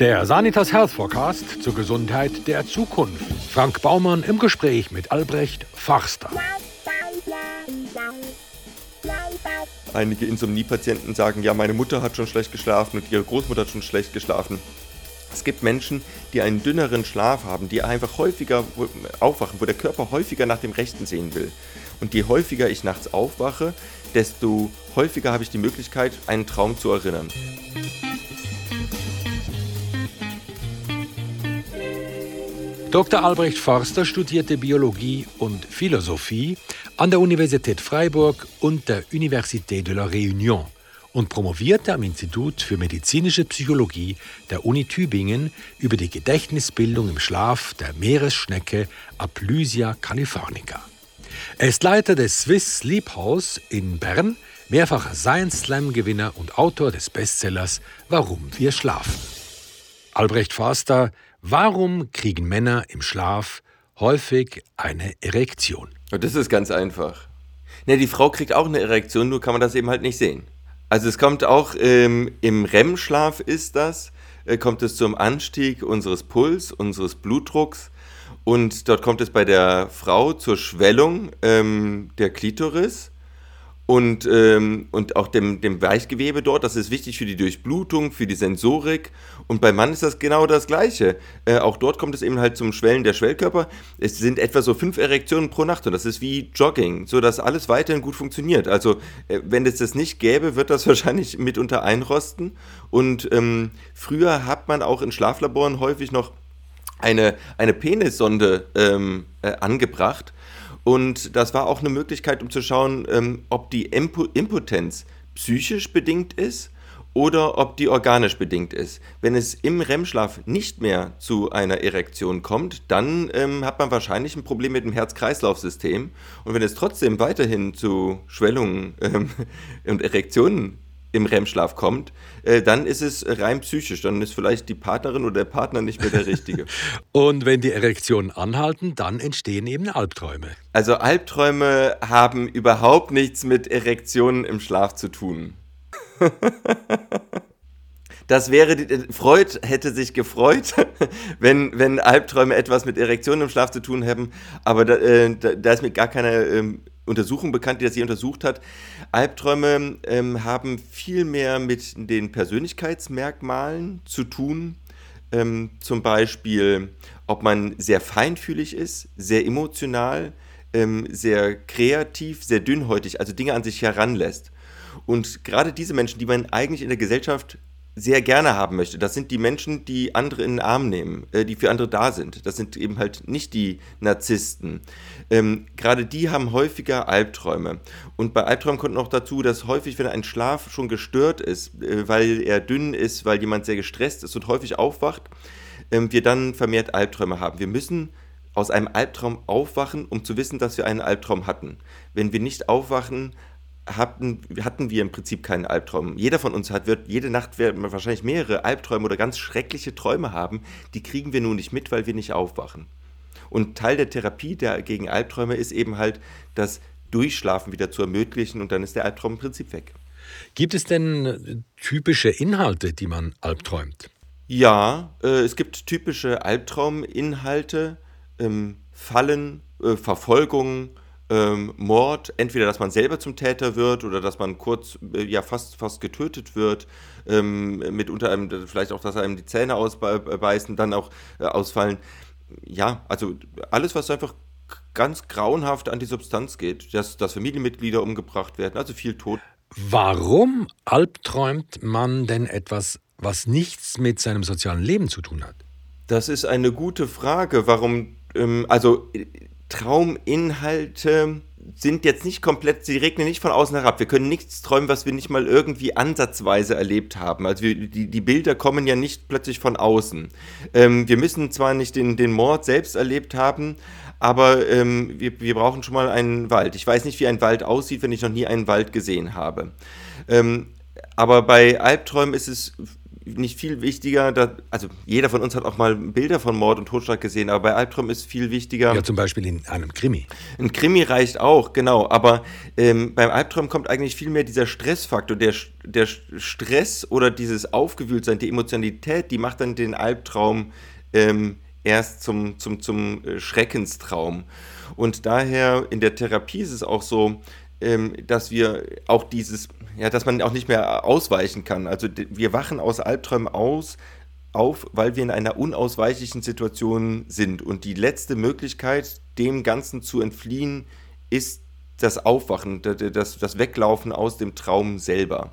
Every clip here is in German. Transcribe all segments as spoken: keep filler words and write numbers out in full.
Der Sanitas Health Forecast zur Gesundheit der Zukunft. Frank Baumann im Gespräch mit Albrecht Förster. Einige Insomniepatienten sagen, ja, meine Mutter hat schon schlecht geschlafen und ihre Großmutter hat schon schlecht geschlafen. Es gibt Menschen, die einen dünneren Schlaf haben, die einfach häufiger aufwachen, wo der Körper häufiger nach dem Rechten sehen will. Und je häufiger ich nachts aufwache, desto häufiger habe ich die Möglichkeit, einen Traum zu erinnern. Doktor Albrecht Förster studierte Biologie und Philosophie an der Universität Freiburg und der Université de la Réunion und promovierte am Institut für medizinische Psychologie der Uni Tübingen über die Gedächtnisbildung im Schlaf der Meeresschnecke Aplysia californica. Er ist Leiter des Swiss Sleep House in Bern, mehrfacher Science-Slam-Gewinner und Autor des Bestsellers »Warum wir schlafen«. Albrecht Förster, warum kriegen Männer im Schlaf häufig eine Erektion? Das ist ganz einfach. Ne, die Frau kriegt auch eine Erektion, nur kann man das eben halt nicht sehen. Also es kommt auch ähm, im R E M-Schlaf ist das, äh, kommt es zum Anstieg unseres Puls, unseres Blutdrucks und dort kommt es bei der Frau zur Schwellung ähm, der Klitoris und, ähm, und auch dem, dem Weichgewebe dort. Das ist wichtig für die Durchblutung, für die Sensorik und beim Mann ist das genau das Gleiche. Äh, auch dort kommt es eben halt zum Schwellen der Schwellkörper. Es sind etwa so fünf Erektionen pro Nacht und das ist wie Jogging, sodass alles weiterhin gut funktioniert. Also äh, wenn es das nicht gäbe, wird das wahrscheinlich mitunter einrosten und ähm, früher hat man auch in Schlaflaboren häufig noch eine, eine Penissonde ähm, äh, angebracht. Und das war auch eine Möglichkeit, um zu schauen, ähm, ob die Impo- Impotenz psychisch bedingt ist oder ob die organisch bedingt ist. Wenn es im R E M-Schlaf nicht mehr zu einer Erektion kommt, dann ähm, hat man wahrscheinlich ein Problem mit dem Herz-Kreislauf-System. Und wenn es trotzdem weiterhin zu Schwellungen ähm, und Erektionen im R E M-Schlaf kommt, äh, dann ist es rein psychisch. Dann ist vielleicht die Partnerin oder der Partner nicht mehr der Richtige. Und wenn die Erektionen anhalten, dann entstehen eben Albträume. Also Albträume haben überhaupt nichts mit Erektionen im Schlaf zu tun. Das wäre, die, Freud hätte sich gefreut, wenn, wenn Albträume etwas mit Erektionen im Schlaf zu tun haben, aber da, äh, da, da ist mir gar keine ähm, Untersuchung bekannt, die das je untersucht hat. Albträume ähm, haben viel mehr mit den Persönlichkeitsmerkmalen zu tun, ähm, zum Beispiel, ob man sehr feinfühlig ist, sehr emotional, ähm, sehr kreativ, sehr dünnhäutig, also Dinge an sich heranlässt. Und gerade diese Menschen, die man eigentlich in der Gesellschaft sehr gerne haben möchte, das sind die Menschen, die andere in den Arm nehmen, äh, die für andere da sind. Das sind eben halt nicht die Narzissten. Ähm, gerade die haben häufiger Albträume. Und bei Albträumen kommt noch dazu, dass häufig, wenn ein Schlaf schon gestört ist, äh, weil er dünn ist, weil jemand sehr gestresst ist und häufig aufwacht, äh, wir dann vermehrt Albträume haben. Wir müssen aus einem Albtraum aufwachen, um zu wissen, dass wir einen Albtraum hatten. Wenn wir nicht aufwachen, hatten, hatten wir im Prinzip keinen Albtraum. Jeder von uns hat, wird jede Nacht wird man wahrscheinlich mehrere Albträume oder ganz schreckliche Träume haben. Die kriegen wir nun nicht mit, weil wir nicht aufwachen. Und Teil der Therapie der, gegen Albträume ist eben halt, das Durchschlafen wieder zu ermöglichen und dann ist der Albtraum im Prinzip weg. Gibt es denn typische Inhalte, die man albträumt? Ja, äh, es gibt typische Albtrauminhalte, ähm, Fallen, äh, Verfolgung, Ähm, Mord, entweder dass man selber zum Täter wird oder dass man kurz, äh, ja fast, fast getötet wird, ähm, mitunter einem, vielleicht auch, dass einem die Zähne ausbeißen, dann auch äh, ausfallen. Ja, also alles, was einfach ganz grauenhaft an die Substanz geht, dass, dass Familienmitglieder umgebracht werden, also viel Tod. Warum albträumt man denn etwas, was nichts mit seinem sozialen Leben zu tun hat? Das ist eine gute Frage, warum, ähm, also Trauminhalte sind jetzt nicht komplett, sie regnen nicht von außen herab. Wir können nichts träumen, was wir nicht mal irgendwie ansatzweise erlebt haben. Also wir, die, die Bilder kommen ja nicht plötzlich von außen. Ähm, wir müssen zwar nicht den, den Mord selbst erlebt haben, aber ähm, wir, wir brauchen schon mal einen Wald. Ich weiß nicht, wie ein Wald aussieht, wenn ich noch nie einen Wald gesehen habe. Ähm, aber bei Albträumen ist es nicht viel wichtiger, da, also jeder von uns hat auch mal Bilder von Mord und Totschlag gesehen, aber bei Albträumen ist viel wichtiger. Ja, zum Beispiel in einem Krimi. Ein Krimi reicht auch, genau, aber ähm, beim Albtraum kommt eigentlich viel mehr dieser Stressfaktor, der, der Stress oder dieses Aufgewühltsein, die Emotionalität, die macht dann den Albtraum ähm, erst zum, zum, zum äh, Schreckenstraum. Und daher in der Therapie ist es auch so, ähm, dass wir auch dieses, ja, dass man auch nicht mehr ausweichen kann. Also d- wir wachen aus Albträumen aus, auf, weil wir in einer unausweichlichen Situation sind. Und die letzte Möglichkeit, dem Ganzen zu entfliehen, ist das Aufwachen, d- d- das, das Weglaufen aus dem Traum selber.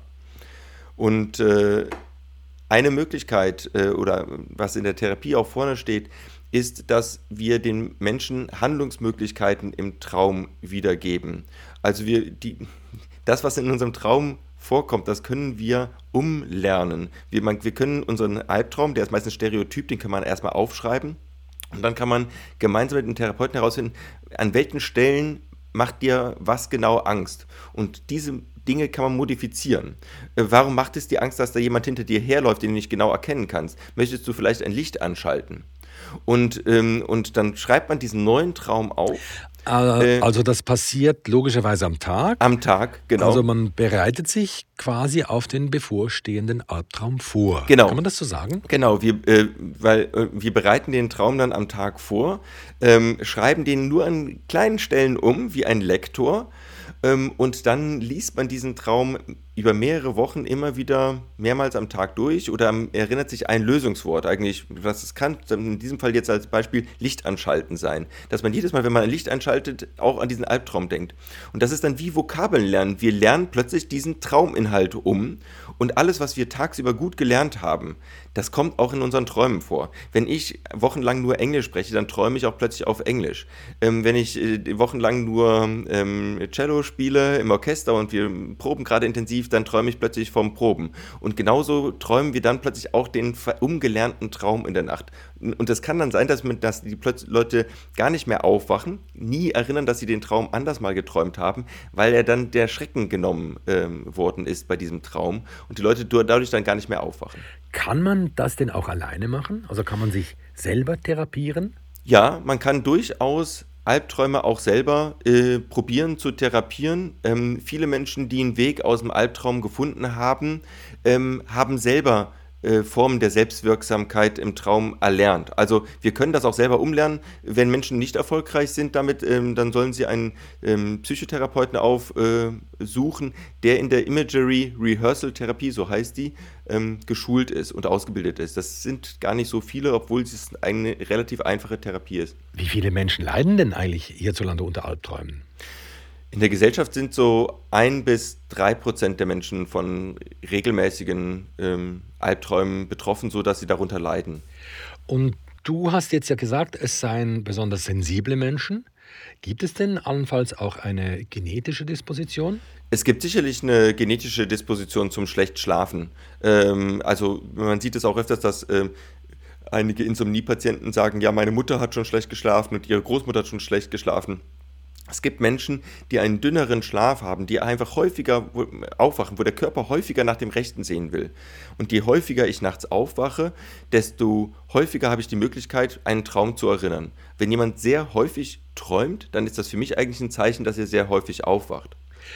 Und äh, eine Möglichkeit, äh, oder was in der Therapie auch vorne steht, ist, dass wir den Menschen Handlungsmöglichkeiten im Traum wiedergeben. Also wir, die, das, was in unserem Traum vorkommt, das können wir umlernen. Wir, man, wir können unseren Albtraum, der ist meistens Stereotyp, den kann man erstmal aufschreiben und dann kann man gemeinsam mit dem Therapeuten herausfinden, an welchen Stellen macht dir was genau Angst. Und diese Dinge kann man modifizieren. Äh, Warum macht es dir Angst, dass da jemand hinter dir herläuft, den du nicht genau erkennen kannst? Möchtest du vielleicht ein Licht anschalten? Und, ähm, und dann schreibt man diesen neuen Traum auf. Äh, Äh, Also das passiert logischerweise am Tag. am Tag, Also genau. man bereitet sich quasi auf den bevorstehenden Albtraum vor. Kann Genau. man das so sagen? Genau, wir, äh, weil, äh, wir bereiten den Traum dann am Tag vor, ähm, schreiben den nur an kleinen Stellen um, wie ein Lektor, ähm, und dann liest man diesen Traum über mehrere Wochen immer wieder mehrmals am Tag durch oder am- erinnert sich ein Lösungswort, eigentlich, was es kann, in diesem Fall jetzt als Beispiel Licht anschalten sein, dass man jedes Mal, wenn man ein Licht anschaltet, auch an diesen Albtraum denkt. Und das ist dann wie Vokabeln lernen. Wir lernen plötzlich diesen Trauminhalt um und alles, was wir tagsüber gut gelernt haben, das kommt auch in unseren Träumen vor. Wenn ich wochenlang nur Englisch spreche, dann träume ich auch plötzlich auf Englisch. Ähm, wenn ich äh, wochenlang nur ähm, Cello spiele im Orchester und wir proben gerade intensiv, dann träume ich plötzlich vom Proben. Und genauso träumen wir dann plötzlich auch den ver- umgelernten Traum in der Nacht. Und es kann dann sein, dass, mit, dass die plötzlich Leute gar nicht mehr aufwachen, nie erinnern, dass sie den Traum anders mal geträumt haben, weil er dann der Schrecken genommen ähm, worden ist bei diesem Traum und die Leute dur- dadurch dann gar nicht mehr aufwachen. Kann man das denn auch alleine machen? Also kann man sich selber therapieren? Ja, man kann durchaus Albträume auch selber äh, probieren zu therapieren. Ähm, viele Menschen, die einen Weg aus dem Albtraum gefunden haben, ähm, haben selber äh, Formen der Selbstwirksamkeit im Traum erlernt. Also wir können das auch selber umlernen. Wenn Menschen nicht erfolgreich sind damit, ähm, dann sollen sie einen ähm, Psychotherapeuten aufsuchen, der in der Imagery Rehearsal Therapie, so heißt die, ähm, geschult ist und ausgebildet ist. Das sind gar nicht so viele, obwohl es eine relativ einfache Therapie ist. Wie viele Menschen leiden denn eigentlich hierzulande unter Albträumen? In der Gesellschaft sind so ein bis drei Prozent der Menschen von regelmäßigen ähm, Albträumen betroffen, sodass sie darunter leiden. Und du hast jetzt ja gesagt, es seien besonders sensible Menschen. Gibt es denn allenfalls auch eine genetische Disposition? Es gibt sicherlich eine genetische Disposition zum schlecht Schlafen. Ähm, also man sieht es auch öfters, dass ähm, einige Insomnie-Patienten sagen, ja, meine Mutter hat schon schlecht geschlafen und ihre Großmutter hat schon schlecht geschlafen. Es gibt Menschen, die einen dünneren Schlaf haben, die einfach häufiger wo- aufwachen, wo der Körper häufiger nach dem Rechten sehen will. Und je häufiger ich nachts aufwache, desto häufiger habe ich die Möglichkeit, einen Traum zu erinnern. Wenn jemand sehr häufig träumt, dann ist das für mich eigentlich ein Zeichen, dass er sehr häufig aufwacht.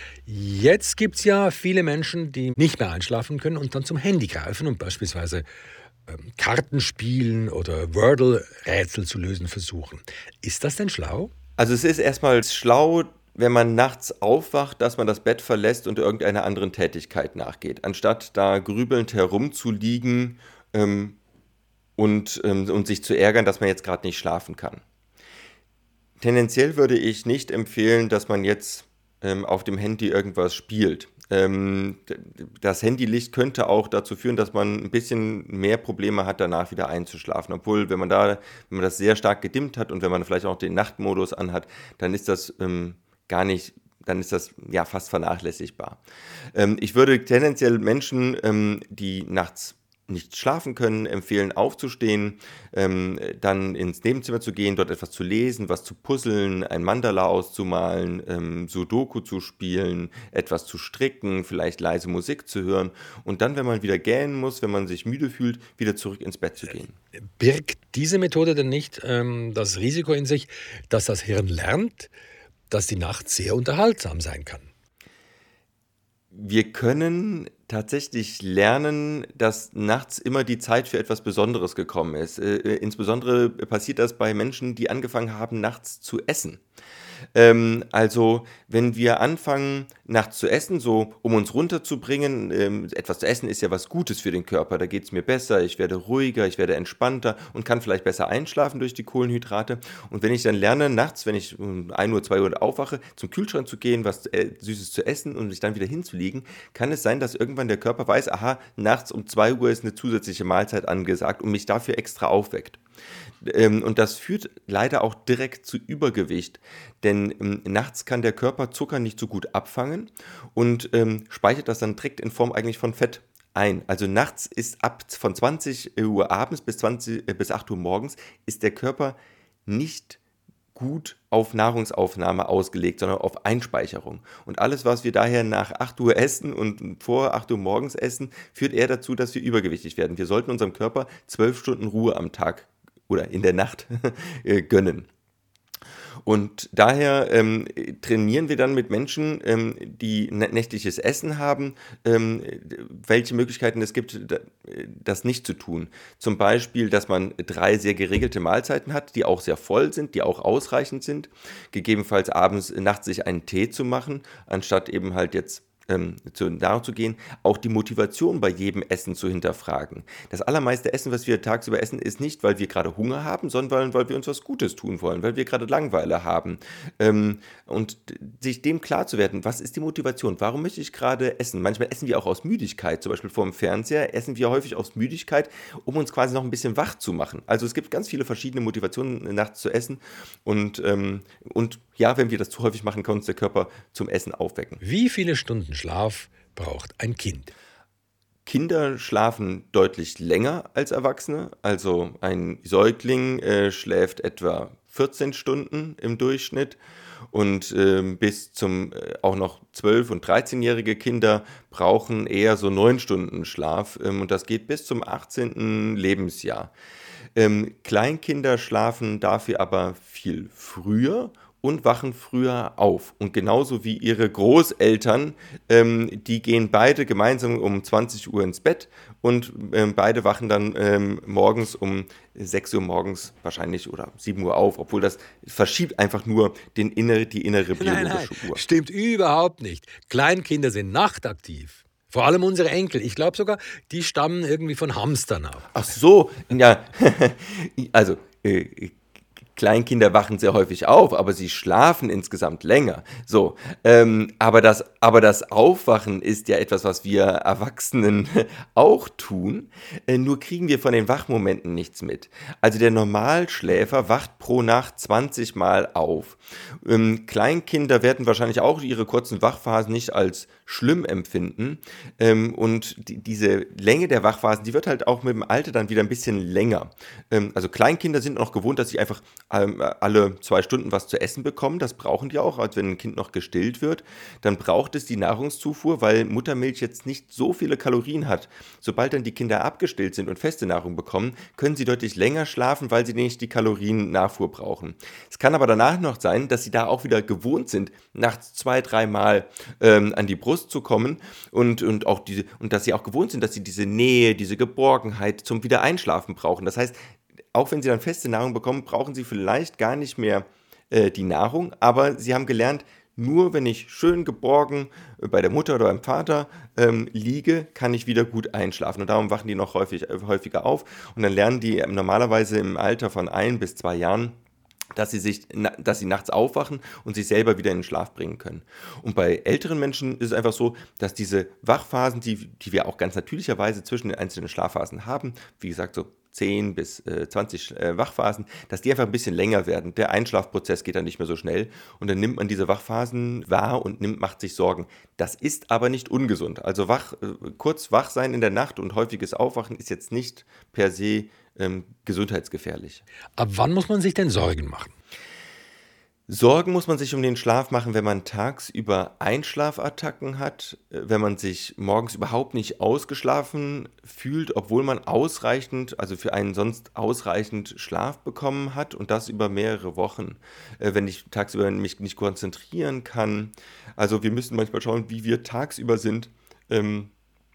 Jetzt gibt es ja viele Menschen, die nicht mehr einschlafen können und dann zum Handy greifen und beispielsweise ähm, Karten spielen oder Wordle-Rätsel zu lösen versuchen. Ist das denn schlau? Also es ist erstmal schlau, wenn man nachts aufwacht, dass man das Bett verlässt und irgendeiner anderen Tätigkeit nachgeht, anstatt da grübelnd herumzuliegen ähm, und, ähm, und sich zu ärgern, dass man jetzt gerade nicht schlafen kann. Tendenziell würde ich nicht empfehlen, dass man jetzt ähm, auf dem Handy irgendwas spielt. Ähm, d- das Handylicht könnte auch dazu führen, dass man ein bisschen mehr Probleme hat, danach wieder einzuschlafen. Obwohl, wenn man da, wenn man das sehr stark gedimmt hat und wenn man vielleicht auch den Nachtmodus anhat, dann ist das ähm, gar nicht, dann ist das ja fast vernachlässigbar. Ähm, ich würde tendenziell Menschen, ähm, die nachts nicht schlafen können, empfehlen aufzustehen, ähm, dann ins Nebenzimmer zu gehen, dort etwas zu lesen, was zu puzzeln, ein Mandala auszumalen, ähm, Sudoku zu spielen, etwas zu stricken, vielleicht leise Musik zu hören und dann, wenn man wieder gähnen muss, wenn man sich müde fühlt, wieder zurück ins Bett zu gehen. Birgt diese Methode denn nicht ähm, das Risiko in sich, dass das Hirn lernt, dass die Nacht sehr unterhaltsam sein kann? Wir können tatsächlich lernen, dass nachts immer die Zeit für etwas Besonderes gekommen ist. Äh, äh, insbesondere passiert das bei Menschen, die angefangen haben, nachts zu essen. Ähm, also, wenn wir anfangen, nachts zu essen, so um uns runterzubringen, ähm, etwas zu essen ist ja was Gutes für den Körper, da geht es mir besser, ich werde ruhiger, ich werde entspannter und kann vielleicht besser einschlafen durch die Kohlenhydrate. Und wenn ich dann lerne, nachts, wenn ich um ein Uhr, zwei Uhr aufwache, zum Kühlschrank zu gehen, was äh, Süßes zu essen und sich dann wieder hinzulegen, kann es sein, dass irgendwann der Körper weiß, aha, nachts um zwei Uhr ist eine zusätzliche Mahlzeit angesagt und mich dafür extra aufweckt. Ähm, und das führt leider auch direkt zu Übergewicht, denn ähm, nachts kann der Körper Zucker nicht so gut abfangen und ähm, speichert das dann direkt in Form eigentlich von Fett ein. Also nachts ist ab von zwanzig Uhr abends bis, zwanzig, äh, bis acht Uhr morgens ist der Körper nicht gut auf Nahrungsaufnahme ausgelegt, sondern auf Einspeicherung. Und alles, was wir daher nach acht Uhr essen und vor acht Uhr morgens essen, führt eher dazu, dass wir übergewichtig werden. Wir sollten unserem Körper zwölf Stunden Ruhe am Tag oder in der Nacht äh, gönnen. Und daher ähm, trainieren wir dann mit Menschen, ähm, die nä- nächtliches Essen haben, ähm, welche Möglichkeiten es gibt, da- das nicht zu tun. Zum Beispiel, dass man drei sehr geregelte Mahlzeiten hat, die auch sehr voll sind, die auch ausreichend sind. Gegebenenfalls abends, nachts sich einen Tee zu machen, anstatt eben halt jetzt ähm, zu Nahrung zu gehen, auch die Motivation bei jedem Essen zu hinterfragen. Das allermeiste Essen, was wir tagsüber essen, ist nicht, weil wir gerade Hunger haben, sondern weil wir uns was Gutes tun wollen, weil wir gerade Langeweile haben. Ähm, und d- sich dem klar zu werden, was ist die Motivation? Warum möchte ich gerade essen? Manchmal essen wir auch aus Müdigkeit, zum Beispiel vor dem Fernseher essen wir häufig aus Müdigkeit, um uns quasi noch ein bisschen wach zu machen. Also es gibt ganz viele verschiedene Motivationen, nachts zu essen und, ähm, und ja, wenn wir das zu häufig machen, kann uns der Körper zum Essen aufwecken. Wie viele Stunden Schlaf braucht ein Kind? Kinder schlafen deutlich länger als Erwachsene. Also ein Säugling äh, schläft etwa vierzehn Stunden im Durchschnitt und ähm, bis zum äh, auch noch zwölf- und dreizehnjährige Kinder brauchen eher so neun Stunden Schlaf ähm, und das geht bis zum achtzehnten Lebensjahr. Ähm, Kleinkinder schlafen dafür aber viel früher und wachen früher auf. Und genauso wie ihre Großeltern, ähm, die gehen beide gemeinsam um zwanzig Uhr ins Bett und ähm, beide wachen dann ähm, morgens um sechs Uhr morgens wahrscheinlich oder sieben Uhr auf, obwohl das verschiebt einfach nur den innere, die innere Nein, nein, biologische Uhr. stimmt überhaupt nicht. Kleinkinder sind nachtaktiv. Vor allem unsere Enkel. Ich glaube sogar, die stammen irgendwie von Hamstern ab. Ach so, ja, also äh, Kleinkinder wachen sehr häufig auf, aber sie schlafen insgesamt länger. So, ähm, aber das, aber das Aufwachen ist ja etwas, was wir Erwachsenen auch tun, äh, nur kriegen wir von den Wachmomenten nichts mit. Also der Normalschläfer wacht pro Nacht zwanzig Mal auf. Ähm, Kleinkinder werden wahrscheinlich auch ihre kurzen Wachphasen nicht als schlimm empfinden. Ähm, und die, diese Länge der Wachphasen, die wird halt auch mit dem Alter dann wieder ein bisschen länger. Ähm, also Kleinkinder sind noch gewohnt, dass sie einfach ähm, alle zwei Stunden was zu essen bekommen. Das brauchen die auch, als wenn ein Kind noch gestillt wird. Dann braucht es die Nahrungszufuhr, weil Muttermilch jetzt nicht so viele Kalorien hat. Sobald dann die Kinder abgestillt sind und feste Nahrung bekommen, können sie deutlich länger schlafen, weil sie nicht die Kaloriennachfuhr brauchen. Es kann aber danach noch sein, dass sie da auch wieder gewohnt sind, nachts zwei, dreimal ähm, an die Brust zu kommen und, und, auch diese, und dass sie auch gewohnt sind, dass sie diese Nähe, diese Geborgenheit zum Wiedereinschlafen brauchen. Das heißt, auch wenn sie dann feste Nahrung bekommen, brauchen sie vielleicht gar nicht mehr äh, die Nahrung, aber sie haben gelernt, nur wenn ich schön geborgen äh, bei der Mutter oder beim Vater ähm, liege, kann ich wieder gut einschlafen. Und darum wachen die noch häufig, äh, häufiger auf. Und dann lernen die äh, normalerweise im Alter von ein bis zwei Jahren, dass sie sich, na- dass sie nachts aufwachen und sich selber wieder in den Schlaf bringen können. Und bei älteren Menschen ist es einfach so, dass diese Wachphasen, die, die wir auch ganz natürlicherweise zwischen den einzelnen Schlafphasen haben, wie gesagt, so zehn bis zwanzig äh, Wachphasen, dass die einfach ein bisschen länger werden. Der Einschlafprozess geht dann nicht mehr so schnell und dann nimmt man diese Wachphasen wahr und nimmt, macht sich Sorgen. Das ist aber nicht ungesund. Also wach, äh, kurz wach sein in der Nacht und häufiges Aufwachen ist jetzt nicht per se ähm, gesundheitsgefährlich. Ab wann muss man sich denn Sorgen machen? Sorgen muss man sich um den Schlaf machen, wenn man tagsüber Einschlafattacken hat, äh, wenn man sich morgens überhaupt nicht ausgeschlafen fühlt, obwohl man ausreichend, also für einen sonst ausreichend Schlaf bekommen hat und das über mehrere Wochen. Äh, Wenn ich tagsüber mich nicht konzentrieren kann. Also wir müssen manchmal schauen, wie wir tagsüber sind, ähm,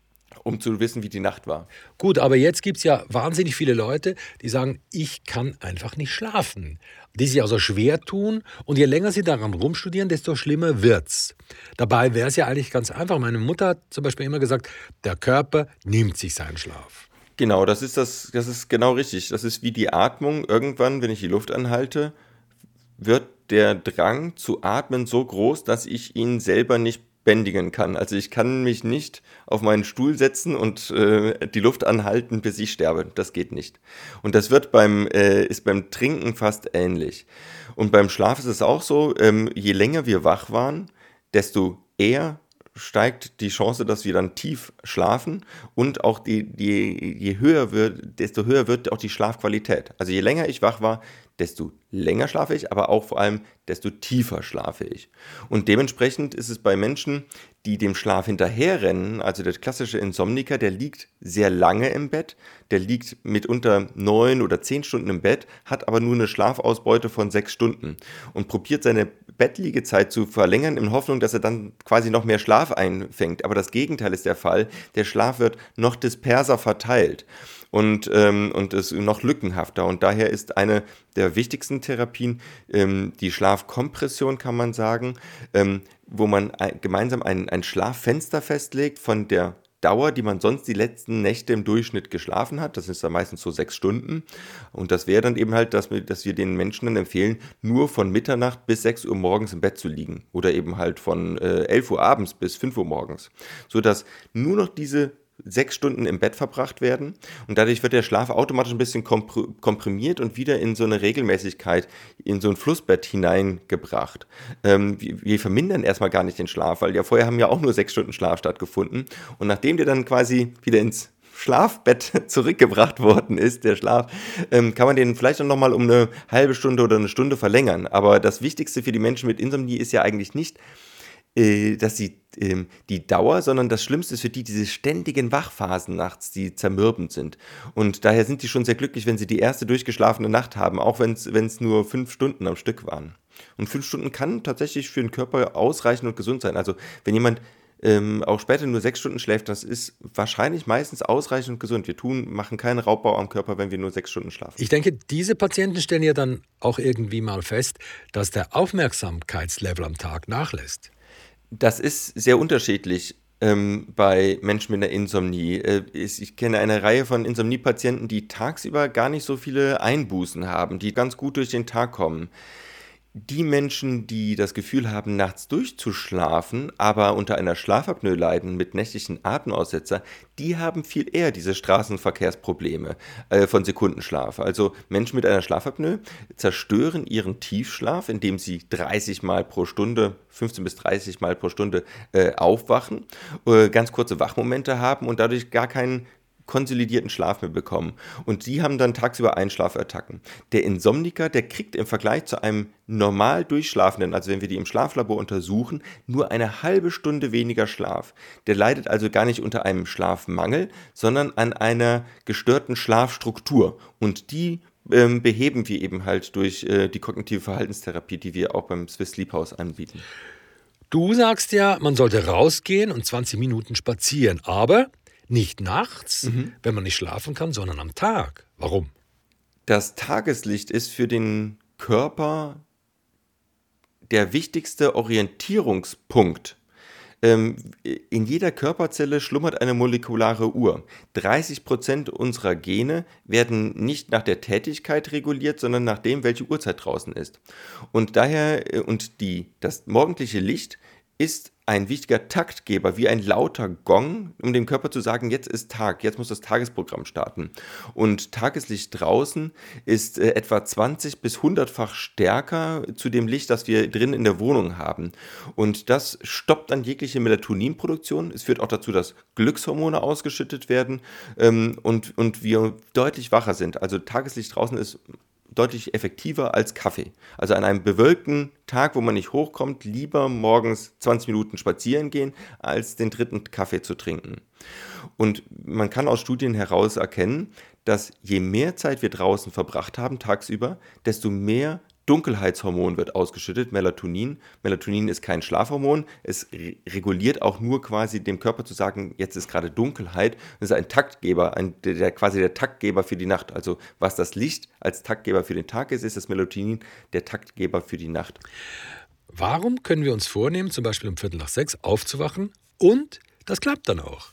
um zu wissen, wie die Nacht war. Gut, aber jetzt gibt es ja wahnsinnig viele Leute, die sagen, ich kann einfach nicht schlafen. Die sich also schwer tun und je länger sie daran rumstudieren, desto schlimmer wird's. Dabei wäre es ja eigentlich ganz einfach. Meine Mutter hat zum Beispiel immer gesagt, der Körper nimmt sich seinen Schlaf. Genau, das ist das, das ist genau richtig. Das ist wie die Atmung. Irgendwann, wenn ich die Luft anhalte, wird der Drang zu atmen so groß, dass ich ihn selber nicht bändigen kann. Also ich kann mich nicht auf meinen Stuhl setzen und äh, die Luft anhalten, bis ich sterbe. Das geht nicht. Und das wird beim, äh, ist beim Trinken fast ähnlich. Und beim Schlaf ist es auch so, ähm, je länger wir wach waren, desto eher steigt die Chance, dass wir dann tief schlafen und auch die, die, je höher wird, desto höher wird auch die Schlafqualität. Also je länger ich wach war, desto länger schlafe ich, aber auch vor allem desto tiefer schlafe ich. Und dementsprechend ist es bei Menschen, die dem Schlaf hinterherrennen, also der klassische Insomniker, der liegt sehr lange im Bett, der liegt mitunter neun oder zehn Stunden im Bett, hat aber nur eine Schlafausbeute von sechs Stunden und probiert seine Bettliegezeit zu verlängern in Hoffnung, dass er dann quasi noch mehr Schlaf einfängt. Aber das Gegenteil ist der Fall, der Schlaf wird noch disperser verteilt. Und, ähm, und ist noch lückenhafter. Und daher ist eine der wichtigsten Therapien ähm, die Schlafkompression, kann man sagen, ähm, wo man ein, gemeinsam ein, ein Schlaffenster festlegt von der Dauer, die man sonst die letzten Nächte im Durchschnitt geschlafen hat. Das ist dann meistens so sechs Stunden. Und das wäre dann eben halt, dass wir, dass wir den Menschen dann empfehlen, nur von Mitternacht bis sechs Uhr morgens im Bett zu liegen. Oder eben halt von äh, elf Uhr abends bis fünf Uhr morgens. Sodass nur noch diese sechs Stunden im Bett verbracht werden und dadurch wird der Schlaf automatisch ein bisschen komprimiert und wieder in so eine Regelmäßigkeit, in so ein Flussbett hineingebracht. Ähm, wir, wir vermindern erstmal gar nicht den Schlaf, weil ja vorher haben ja auch nur sechs Stunden Schlaf stattgefunden und nachdem der dann quasi wieder ins Schlafbett zurückgebracht worden ist, der Schlaf, ähm, kann man den vielleicht noch mal um eine halbe Stunde oder eine Stunde verlängern. Aber das Wichtigste für die Menschen mit Insomnie ist ja eigentlich nicht, dass sie ähm, die Dauer, sondern das Schlimmste ist für die diese ständigen Wachphasen nachts, die zermürbend sind. Und daher sind die schon sehr glücklich, wenn sie die erste durchgeschlafene Nacht haben, auch wenn es nur fünf Stunden am Stück waren. Und fünf Stunden kann tatsächlich für den Körper ausreichend und gesund sein. Also wenn jemand ähm, auch später nur sechs Stunden schläft, das ist wahrscheinlich meistens ausreichend und gesund. Wir tun, machen keinen Raubbau am Körper, wenn wir nur sechs Stunden schlafen. Ich denke, diese Patienten stellen ja dann auch irgendwie mal fest, dass der Aufmerksamkeitslevel am Tag nachlässt. Das ist sehr unterschiedlich ähm, bei Menschen mit einer Insomnie. Äh, ich kenne eine Reihe von Insomnie-Patienten, die tagsüber gar nicht so viele Einbußen haben, die ganz gut durch den Tag kommen. Die Menschen, die das Gefühl haben, nachts durchzuschlafen, aber unter einer Schlafapnoe leiden mit nächtlichen Atemaussetzer, die haben viel eher diese Straßenverkehrsprobleme äh, von Sekundenschlaf. Also Menschen mit einer Schlafapnoe zerstören ihren Tiefschlaf, indem sie dreißig Mal pro Stunde, fünfzehn bis dreißig Mal pro Stunde äh, aufwachen, äh, ganz kurze Wachmomente haben und dadurch gar keinen konsolidierten Schlaf mehr bekommen. Und die haben dann tagsüber Einschlafattacken. Der Insomniker, der kriegt im Vergleich zu einem normal Durchschlafenden, also wenn wir die im Schlaflabor untersuchen, nur eine halbe Stunde weniger Schlaf. Der leidet also gar nicht unter einem Schlafmangel, sondern an einer gestörten Schlafstruktur. Und die ähm, beheben wir eben halt durch äh, die kognitive Verhaltenstherapie, die wir auch beim Swiss Sleep House anbieten. Du sagst ja, man sollte rausgehen und zwanzig Minuten spazieren, aber nicht nachts, mhm. wenn man nicht schlafen kann, sondern am Tag. Warum? Das Tageslicht ist für den Körper der wichtigste Orientierungspunkt. Ähm, in jeder Körperzelle schlummert eine molekulare Uhr. dreißig Prozent unserer Gene werden nicht nach der Tätigkeit reguliert, sondern nach dem, welche Uhrzeit draußen ist. Und daher, und die, das morgendliche Licht ist ein wichtiger Taktgeber, wie ein lauter Gong, um dem Körper zu sagen, jetzt ist Tag, jetzt muss das Tagesprogramm starten. Und Tageslicht draußen ist äh, etwa zwanzig bis hundertfach stärker zu dem Licht, das wir drin in der Wohnung haben. Und das stoppt dann jegliche Melatoninproduktion. Es führt auch dazu, dass Glückshormone ausgeschüttet werden ähm, und, und wir deutlich wacher sind. Also Tageslicht draußen ist deutlich effektiver als Kaffee. Also an einem bewölkten Tag, wo man nicht hochkommt, lieber morgens zwanzig Minuten spazieren gehen, als den dritten Kaffee zu trinken. Und man kann aus Studien heraus erkennen, dass je mehr Zeit wir draußen verbracht haben tagsüber, desto mehr Dunkelheitshormon wird ausgeschüttet, Melatonin. Melatonin ist kein Schlafhormon, es re- reguliert auch nur quasi dem Körper zu sagen, jetzt ist gerade Dunkelheit. Das ist ein Taktgeber, ein, der, der quasi der Taktgeber für die Nacht. Also was das Licht als Taktgeber für den Tag ist, ist das Melatonin der Taktgeber für die Nacht. Warum können wir uns vornehmen, zum Beispiel um Viertel nach sechs aufzuwachen und das klappt dann auch?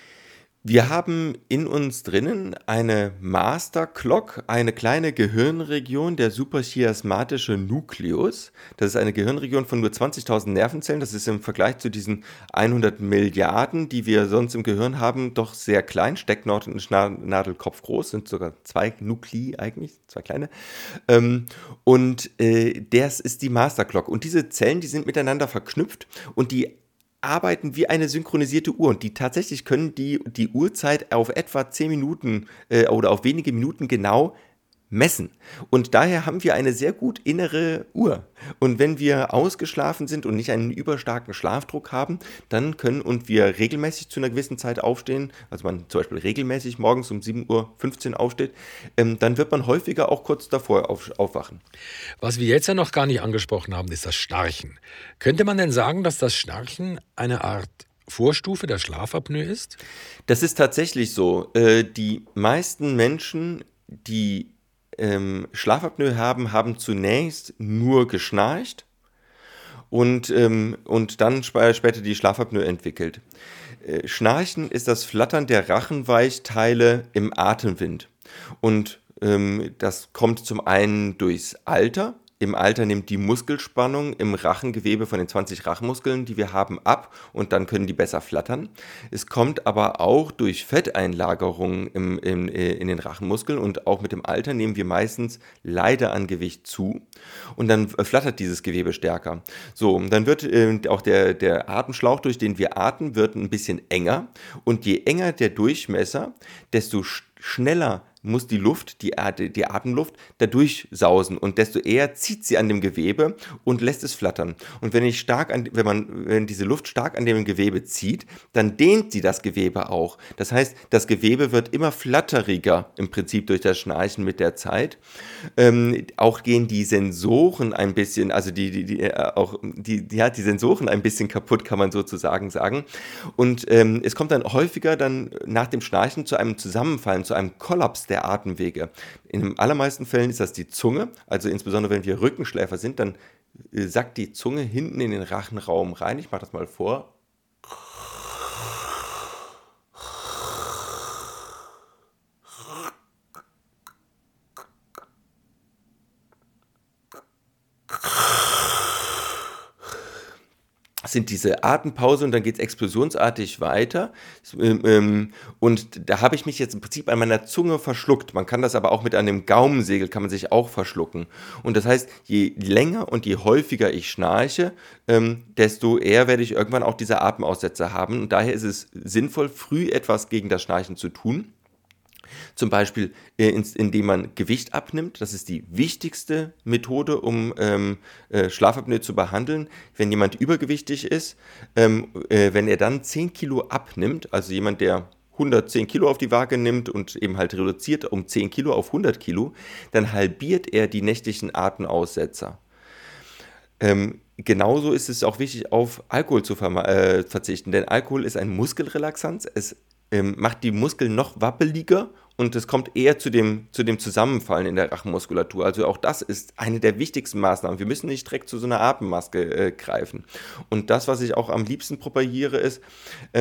Wir haben in uns drinnen eine Master Clock, eine kleine Gehirnregion, der suprachiasmatische Nucleus. Das ist eine Gehirnregion von nur zwanzigtausend Nervenzellen. Das ist im Vergleich zu diesen hundert Milliarden, die wir sonst im Gehirn haben, doch sehr klein. Stecknadel und Schnadelkopf groß, sind sogar zwei Nuklei eigentlich, zwei kleine. Ähm, und äh, das ist die Master Clock. Und diese Zellen, die sind miteinander verknüpft und die arbeiten wie eine synchronisierte Uhr und die tatsächlich können die, die Uhrzeit auf etwa zehn Minuten äh, oder auf wenige Minuten genau messen. Und daher haben wir eine sehr gut innere Uhr. Und wenn wir ausgeschlafen sind und nicht einen überstarken Schlafdruck haben, dann können und wir regelmäßig zu einer gewissen Zeit aufstehen, also man zum Beispiel regelmäßig morgens um sieben Uhr fünfzehn aufsteht, ähm, dann wird man häufiger auch kurz davor auf, aufwachen. Was wir jetzt ja noch gar nicht angesprochen haben, ist das Schnarchen. Könnte man denn sagen, dass das Schnarchen eine Art Vorstufe der Schlafapnoe ist? Das ist tatsächlich so. Äh, die meisten Menschen, die ähm, Schlafapnoe haben, haben zunächst nur geschnarcht und, ähm, und dann sp- später die Schlafapnoe entwickelt. Äh, Schnarchen ist das Flattern der Rachenweichteile im Atemwind. Und ähm, das kommt zum einen durchs Alter. Im Alter nimmt die Muskelspannung im Rachengewebe von den zwanzig Rachenmuskeln, die wir haben, ab und dann können die besser flattern. Es kommt aber auch durch Fetteinlagerungen im, im, in den Rachenmuskeln und auch mit dem Alter nehmen wir meistens leider an Gewicht zu und dann flattert dieses Gewebe stärker. So, dann wird äh, auch der, der Atemschlauch, durch den wir atmen, wird ein bisschen enger und je enger der Durchmesser, desto sch- schneller muss die Luft, die, die Atemluft, da durchsausen und desto eher zieht sie an dem Gewebe und lässt es flattern. Und wenn ich stark an, wenn man, wenn diese Luft stark an dem Gewebe zieht, dann dehnt sie das Gewebe auch. Das heißt, das Gewebe wird immer flatteriger im Prinzip durch das Schnarchen mit der Zeit. Ähm, auch gehen die Sensoren ein bisschen, also die, die, die, äh, auch die, ja, die Sensoren ein bisschen kaputt, kann man sozusagen sagen. Und ähm, es kommt dann häufiger dann nach dem Schnarchen zu einem Zusammenfallen, zu einem Kollaps der Atemwege. In den allermeisten Fällen ist das die Zunge, also insbesondere wenn wir Rückenschläfer sind, dann äh, sackt die Zunge hinten in den Rachenraum rein. Ich mache das mal vor. Sind diese Atempause und dann geht es explosionsartig weiter. Und da habe ich mich jetzt im Prinzip an meiner Zunge verschluckt. Man kann das aber auch mit einem Gaumensegel, kann man sich auch verschlucken. Und das heißt, je länger und je häufiger ich schnarche, desto eher werde ich irgendwann auch diese Atemaussetzer haben. Und daher ist es sinnvoll, früh etwas gegen das Schnarchen zu tun. Zum Beispiel, äh, indem man Gewicht abnimmt. Das ist die wichtigste Methode, um ähm, äh, Schlafapnoe zu behandeln. Wenn jemand übergewichtig ist, ähm, äh, wenn er dann zehn Kilo abnimmt, also jemand, der hundertzehn Kilo auf die Waage nimmt und eben halt reduziert um zehn Kilo auf hundert Kilo, dann halbiert er die nächtlichen Atemaussetzer. Ähm, genauso ist es auch wichtig, auf Alkohol zu verma- äh, verzichten, denn Alkohol ist ein Muskelrelaxanz. Es ähm, macht die Muskeln noch wabbeliger und es kommt eher zu dem, zu dem Zusammenfallen in der Rachenmuskulatur. Also auch das ist eine der wichtigsten Maßnahmen. Wir müssen nicht direkt zu so einer Atemmaske äh, greifen. Und das, was ich auch am liebsten propagiere, ist, ähm,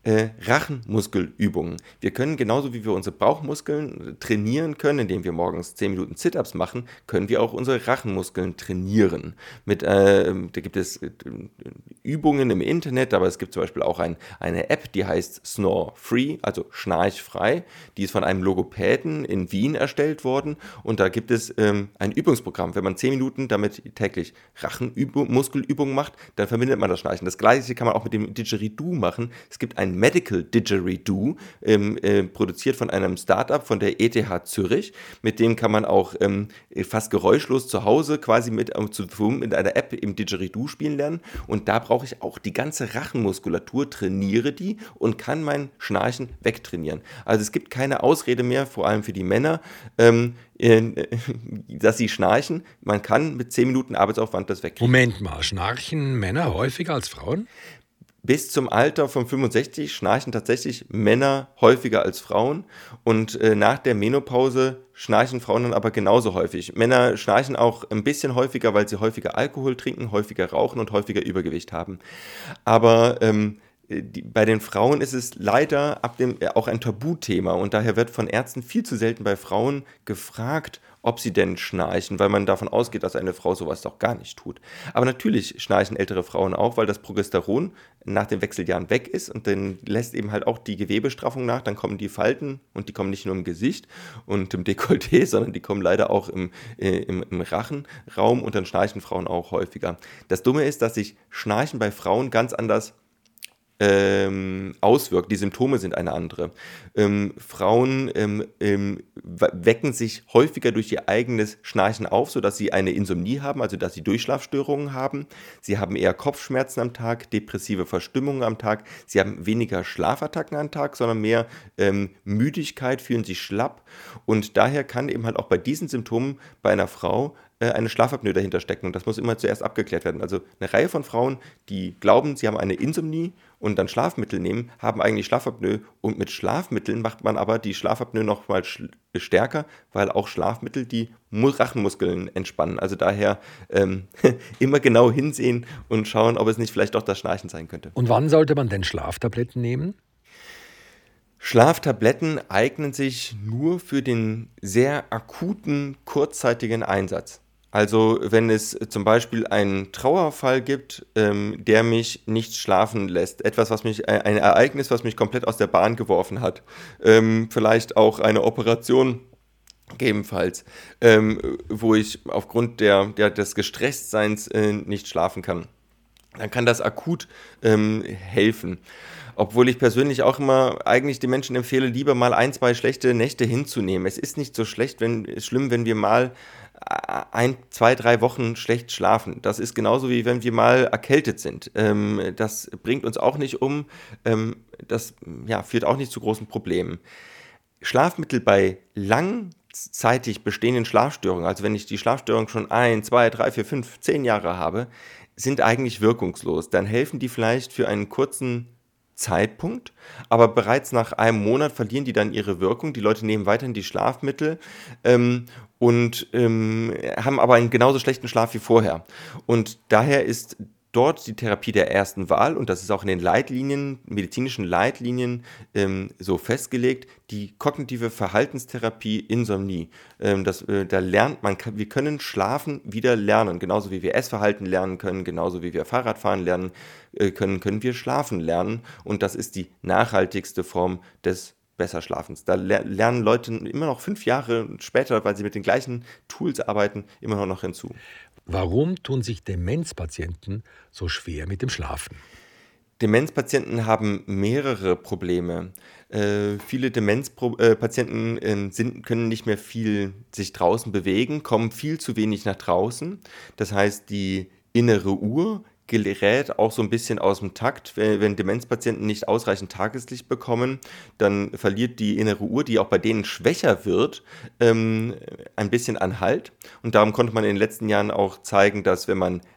äh, Rachenmuskelübungen. Wir können genauso wie wir unsere Bauchmuskeln trainieren können, indem wir morgens zehn Minuten Sit-Ups machen, können wir auch unsere Rachenmuskeln trainieren. Mit, äh, da gibt es äh, Übungen im Internet, aber es gibt zum Beispiel auch ein, eine App, die heißt Snore Free, also schnarchfrei. Die ist von einem Logopäden in Wien erstellt worden und da gibt es ähm, ein Übungsprogramm. Wenn man zehn Minuten damit täglich Rachenmuskelübungen macht, dann vermindert man das Schnarchen. Das gleiche kann man auch mit dem Didgeridoo machen. Es gibt ein Medical Didgeridoo, ähm, äh, produziert von einem Startup von der E T H Zürich. Mit dem kann man auch ähm, fast geräuschlos zu Hause quasi mit, äh, zu, mit einer App im Didgeridoo spielen lernen. Und da brauche ich auch die ganze Rachenmuskulatur, trainiere die und kann mein Schnarchen wegtrainieren. Also es gibt keine Ausrede mehr, vor allem für die Männer, ähm, äh, dass sie schnarchen. Man kann mit zehn Minuten Arbeitsaufwand das wegkriegen. Moment mal, schnarchen Männer häufiger als Frauen? Bis zum Alter von fünfundsechzig schnarchen tatsächlich Männer häufiger als Frauen und äh, nach der Menopause schnarchen Frauen dann aber genauso häufig. Männer schnarchen auch ein bisschen häufiger, weil sie häufiger Alkohol trinken, häufiger rauchen und häufiger Übergewicht haben. Aber ähm, die, bei den Frauen ist es leider ab dem, äh, auch ein Tabuthema und daher wird von Ärzten viel zu selten bei Frauen gefragt, ob sie denn schnarchen, weil man davon ausgeht, dass eine Frau sowas doch gar nicht tut. Aber natürlich schnarchen ältere Frauen auch, weil das Progesteron nach den Wechseljahren weg ist und dann lässt eben halt auch die Gewebestraffung nach, dann kommen die Falten und die kommen nicht nur im Gesicht und im Dekolleté, sondern die kommen leider auch im, äh, im, im Rachenraum und dann schnarchen Frauen auch häufiger. Das Dumme ist, dass sich Schnarchen bei Frauen ganz anders Ähm, auswirkt. Die Symptome sind eine andere. Ähm, Frauen ähm, ähm, wecken sich häufiger durch ihr eigenes Schnarchen auf, sodass sie eine Insomnie haben, also dass sie Durchschlafstörungen haben. Sie haben eher Kopfschmerzen am Tag, depressive Verstimmungen am Tag. Sie haben weniger Schlafattacken am Tag, sondern mehr ähm, Müdigkeit, fühlen sich schlapp. Und daher kann eben halt auch bei diesen Symptomen bei einer Frau eine Schlafapnoe dahinter stecken und das muss immer zuerst abgeklärt werden. Also eine Reihe von Frauen, die glauben, sie haben eine Insomnie und dann Schlafmittel nehmen, haben eigentlich Schlafapnoe und mit Schlafmitteln macht man aber die Schlafapnoe noch mal sch- stärker, weil auch Schlafmittel die Rachenmuskeln entspannen. Also daher ähm, immer genau hinsehen und schauen, ob es nicht vielleicht doch das Schnarchen sein könnte. Und wann sollte man denn Schlaftabletten nehmen? Schlaftabletten eignen sich nur für den sehr akuten, kurzzeitigen Einsatz. Also wenn es zum Beispiel einen Trauerfall gibt, ähm, der mich nicht schlafen lässt, etwas, was mich, äh, ein Ereignis, was mich komplett aus der Bahn geworfen hat, ähm, vielleicht auch eine Operation gegebenenfalls, ähm, wo ich aufgrund der, der, des Gestresstseins äh, nicht schlafen kann, dann kann das akut ähm, helfen. Obwohl ich persönlich auch immer eigentlich den Menschen empfehle, lieber mal ein, zwei schlechte Nächte hinzunehmen. Es ist nicht so schlecht, wenn, schlimm, wenn wir mal ein, zwei, drei Wochen schlecht schlafen. Das ist genauso wie wenn wir mal erkältet sind. Ähm, das bringt uns auch nicht um. Ähm, das ja, führt auch nicht zu großen Problemen. Schlafmittel bei langzeitig bestehenden Schlafstörungen, also wenn ich die Schlafstörung schon ein, zwei, drei, vier, fünf, zehn Jahre habe, sind eigentlich wirkungslos. Dann helfen die vielleicht für einen kurzen Zeitpunkt, aber bereits nach einem Monat verlieren die dann ihre Wirkung. Die Leute nehmen weiterhin die Schlafmittel ähm, und ähm, haben aber einen genauso schlechten Schlaf wie vorher. Und daher ist dort die Therapie der ersten Wahl, und das ist auch in den Leitlinien, medizinischen Leitlinien ähm, so festgelegt, die kognitive Verhaltenstherapie Insomnie. Ähm, das, äh, da lernt man, wir können Schlafen wieder lernen, genauso wie wir Essverhalten lernen können, genauso wie wir Fahrradfahren lernen äh, können, können wir Schlafen lernen, und das ist die nachhaltigste Form des Besserschlafens. Da lernen Leute immer noch fünf Jahre später, weil sie mit den gleichen Tools arbeiten, immer noch hinzu. Warum tun sich Demenzpatienten so schwer mit dem Schlafen? Demenzpatienten haben mehrere Probleme. Äh, viele Demenzpatienten äh, sind, können nicht mehr viel sich draußen bewegen, kommen viel zu wenig nach draußen. Das heißt, die innere Uhr gerät auch so ein bisschen aus dem Takt. Wenn, wenn Demenzpatienten nicht ausreichend Tageslicht bekommen, dann verliert die innere Uhr, die auch bei denen schwächer wird, ähm, ein bisschen an Halt. Und darum konnte man in den letzten Jahren auch zeigen, dass wenn man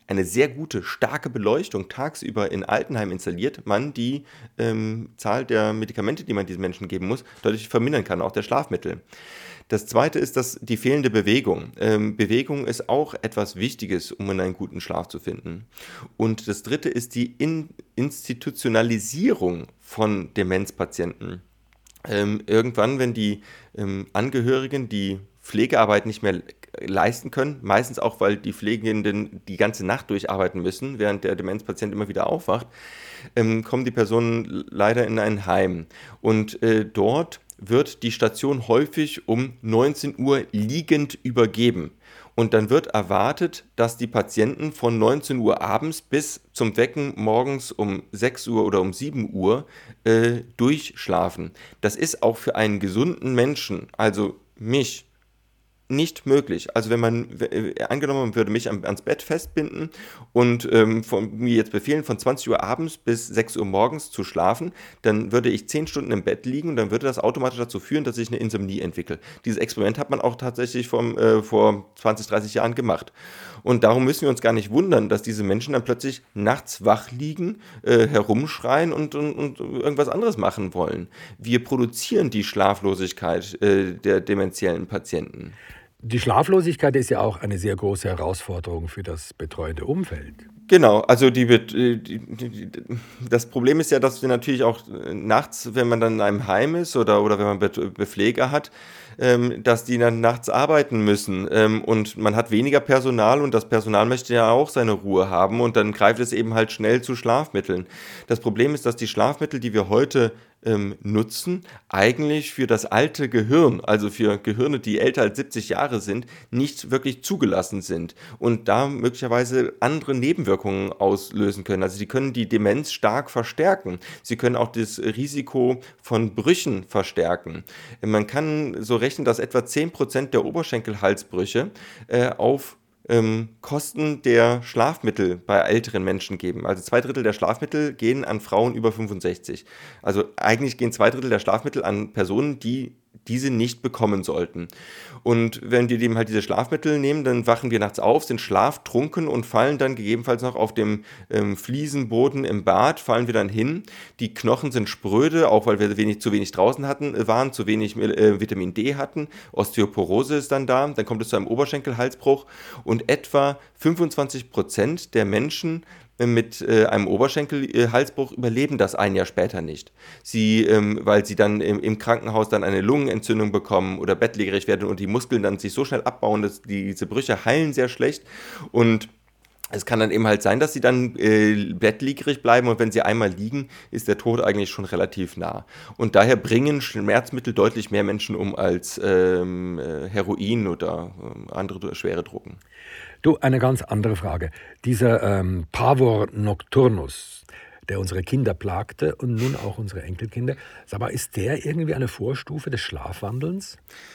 eine sehr gute, starke Beleuchtung tagsüber in Altenheim installiert, man die ähm, Zahl der Medikamente, die man diesen Menschen geben muss, deutlich vermindern kann, auch der Schlafmittel. Das zweite ist dass die fehlende Bewegung. Ähm, Bewegung ist auch etwas Wichtiges, um einen guten Schlaf zu finden. Und das dritte ist die In- Institutionalisierung von Demenzpatienten. Ähm, irgendwann, wenn die ähm, Angehörigen die Pflegearbeit nicht mehr leisten können, meistens auch, weil die Pflegenden die ganze Nacht durcharbeiten müssen, während der Demenzpatient immer wieder aufwacht, ähm, kommen die Personen leider in ein Heim. Und äh, dort wird die Station häufig um neunzehn Uhr liegend übergeben. Und dann wird erwartet, dass die Patienten von neunzehn Uhr abends bis zum Wecken morgens um sechs Uhr oder um sieben Uhr äh, durchschlafen. Das ist auch für einen gesunden Menschen, also mich, nicht möglich. Also wenn man, äh, angenommen, man würde mich am, ans Bett festbinden und ähm, von mir jetzt befehlen, von zwanzig Uhr abends bis sechs Uhr morgens zu schlafen, dann würde ich zehn Stunden im Bett liegen und dann würde das automatisch dazu führen, dass ich eine Insomnie entwickle. Dieses Experiment hat man auch tatsächlich vom, äh, vor zwanzig, dreißig Jahren gemacht. Und darum müssen wir uns gar nicht wundern, dass diese Menschen dann plötzlich nachts wach liegen, äh, herumschreien und, und, und irgendwas anderes machen wollen. Wir produzieren die Schlaflosigkeit äh, der dementiellen Patienten. Die Schlaflosigkeit ist ja auch eine sehr große Herausforderung für das betreuende Umfeld. Genau, also die, die, die, die, das Problem ist ja, dass wir natürlich auch nachts, wenn man dann in einem Heim ist oder, oder wenn man Be- Bepfleger hat, ähm, dass die dann nachts arbeiten müssen ähm, und man hat weniger Personal und das Personal möchte ja auch seine Ruhe haben und dann greift es eben halt schnell zu Schlafmitteln. Das Problem ist, dass die Schlafmittel, die wir heute ähm, nutzen, eigentlich für das alte Gehirn, also für Gehirne, die älter als siebzig Jahre sind, nicht wirklich zugelassen sind und da möglicherweise andere Nebenwirkungen auslösen können. Also sie können die Demenz stark verstärken. Sie können auch das Risiko von Brüchen verstärken. Man kann so rechnen, dass etwa zehn Prozent der Oberschenkelhalsbrüche äh, auf ähm, Kosten der Schlafmittel bei älteren Menschen geben. Also zwei Drittel der Schlafmittel gehen an Frauen über fünfundsechzig. Also eigentlich gehen zwei Drittel der Schlafmittel an Personen, die diese nicht bekommen sollten. Und wenn wir eben halt diese Schlafmittel nehmen, dann wachen wir nachts auf, sind schlaftrunken und fallen dann gegebenenfalls noch auf dem ähm, Fliesenboden im Bad, fallen wir dann hin. Die Knochen sind spröde, auch weil wir wenig, zu wenig draußen hatten, äh, waren, zu wenig äh, Vitamin D hatten. Osteoporose ist dann da, dann kommt es zu einem Oberschenkelhalsbruch und etwa fünfundzwanzig Prozent der Menschen mit äh, einem Oberschenkelhalsbruch überleben das ein Jahr später nicht. Sie, ähm, weil sie dann im, im Krankenhaus dann eine Lungenentzündung bekommen oder bettlägerig werden und die Muskeln dann sich so schnell abbauen, dass die, diese Brüche heilen sehr schlecht und es kann dann eben halt sein, dass sie dann äh, bettlägerig bleiben und wenn sie einmal liegen, ist der Tod eigentlich schon relativ nah. Und daher bringen Schmerzmittel deutlich mehr Menschen um als ähm, äh, Heroin oder äh, andere schwere Drogen. Du, eine ganz andere Frage. Dieser ähm, Pavor nocturnus, der unsere Kinder plagte und nun auch unsere Enkelkinder, sag mal, ist der irgendwie eine Vorstufe des Schlafwandelns?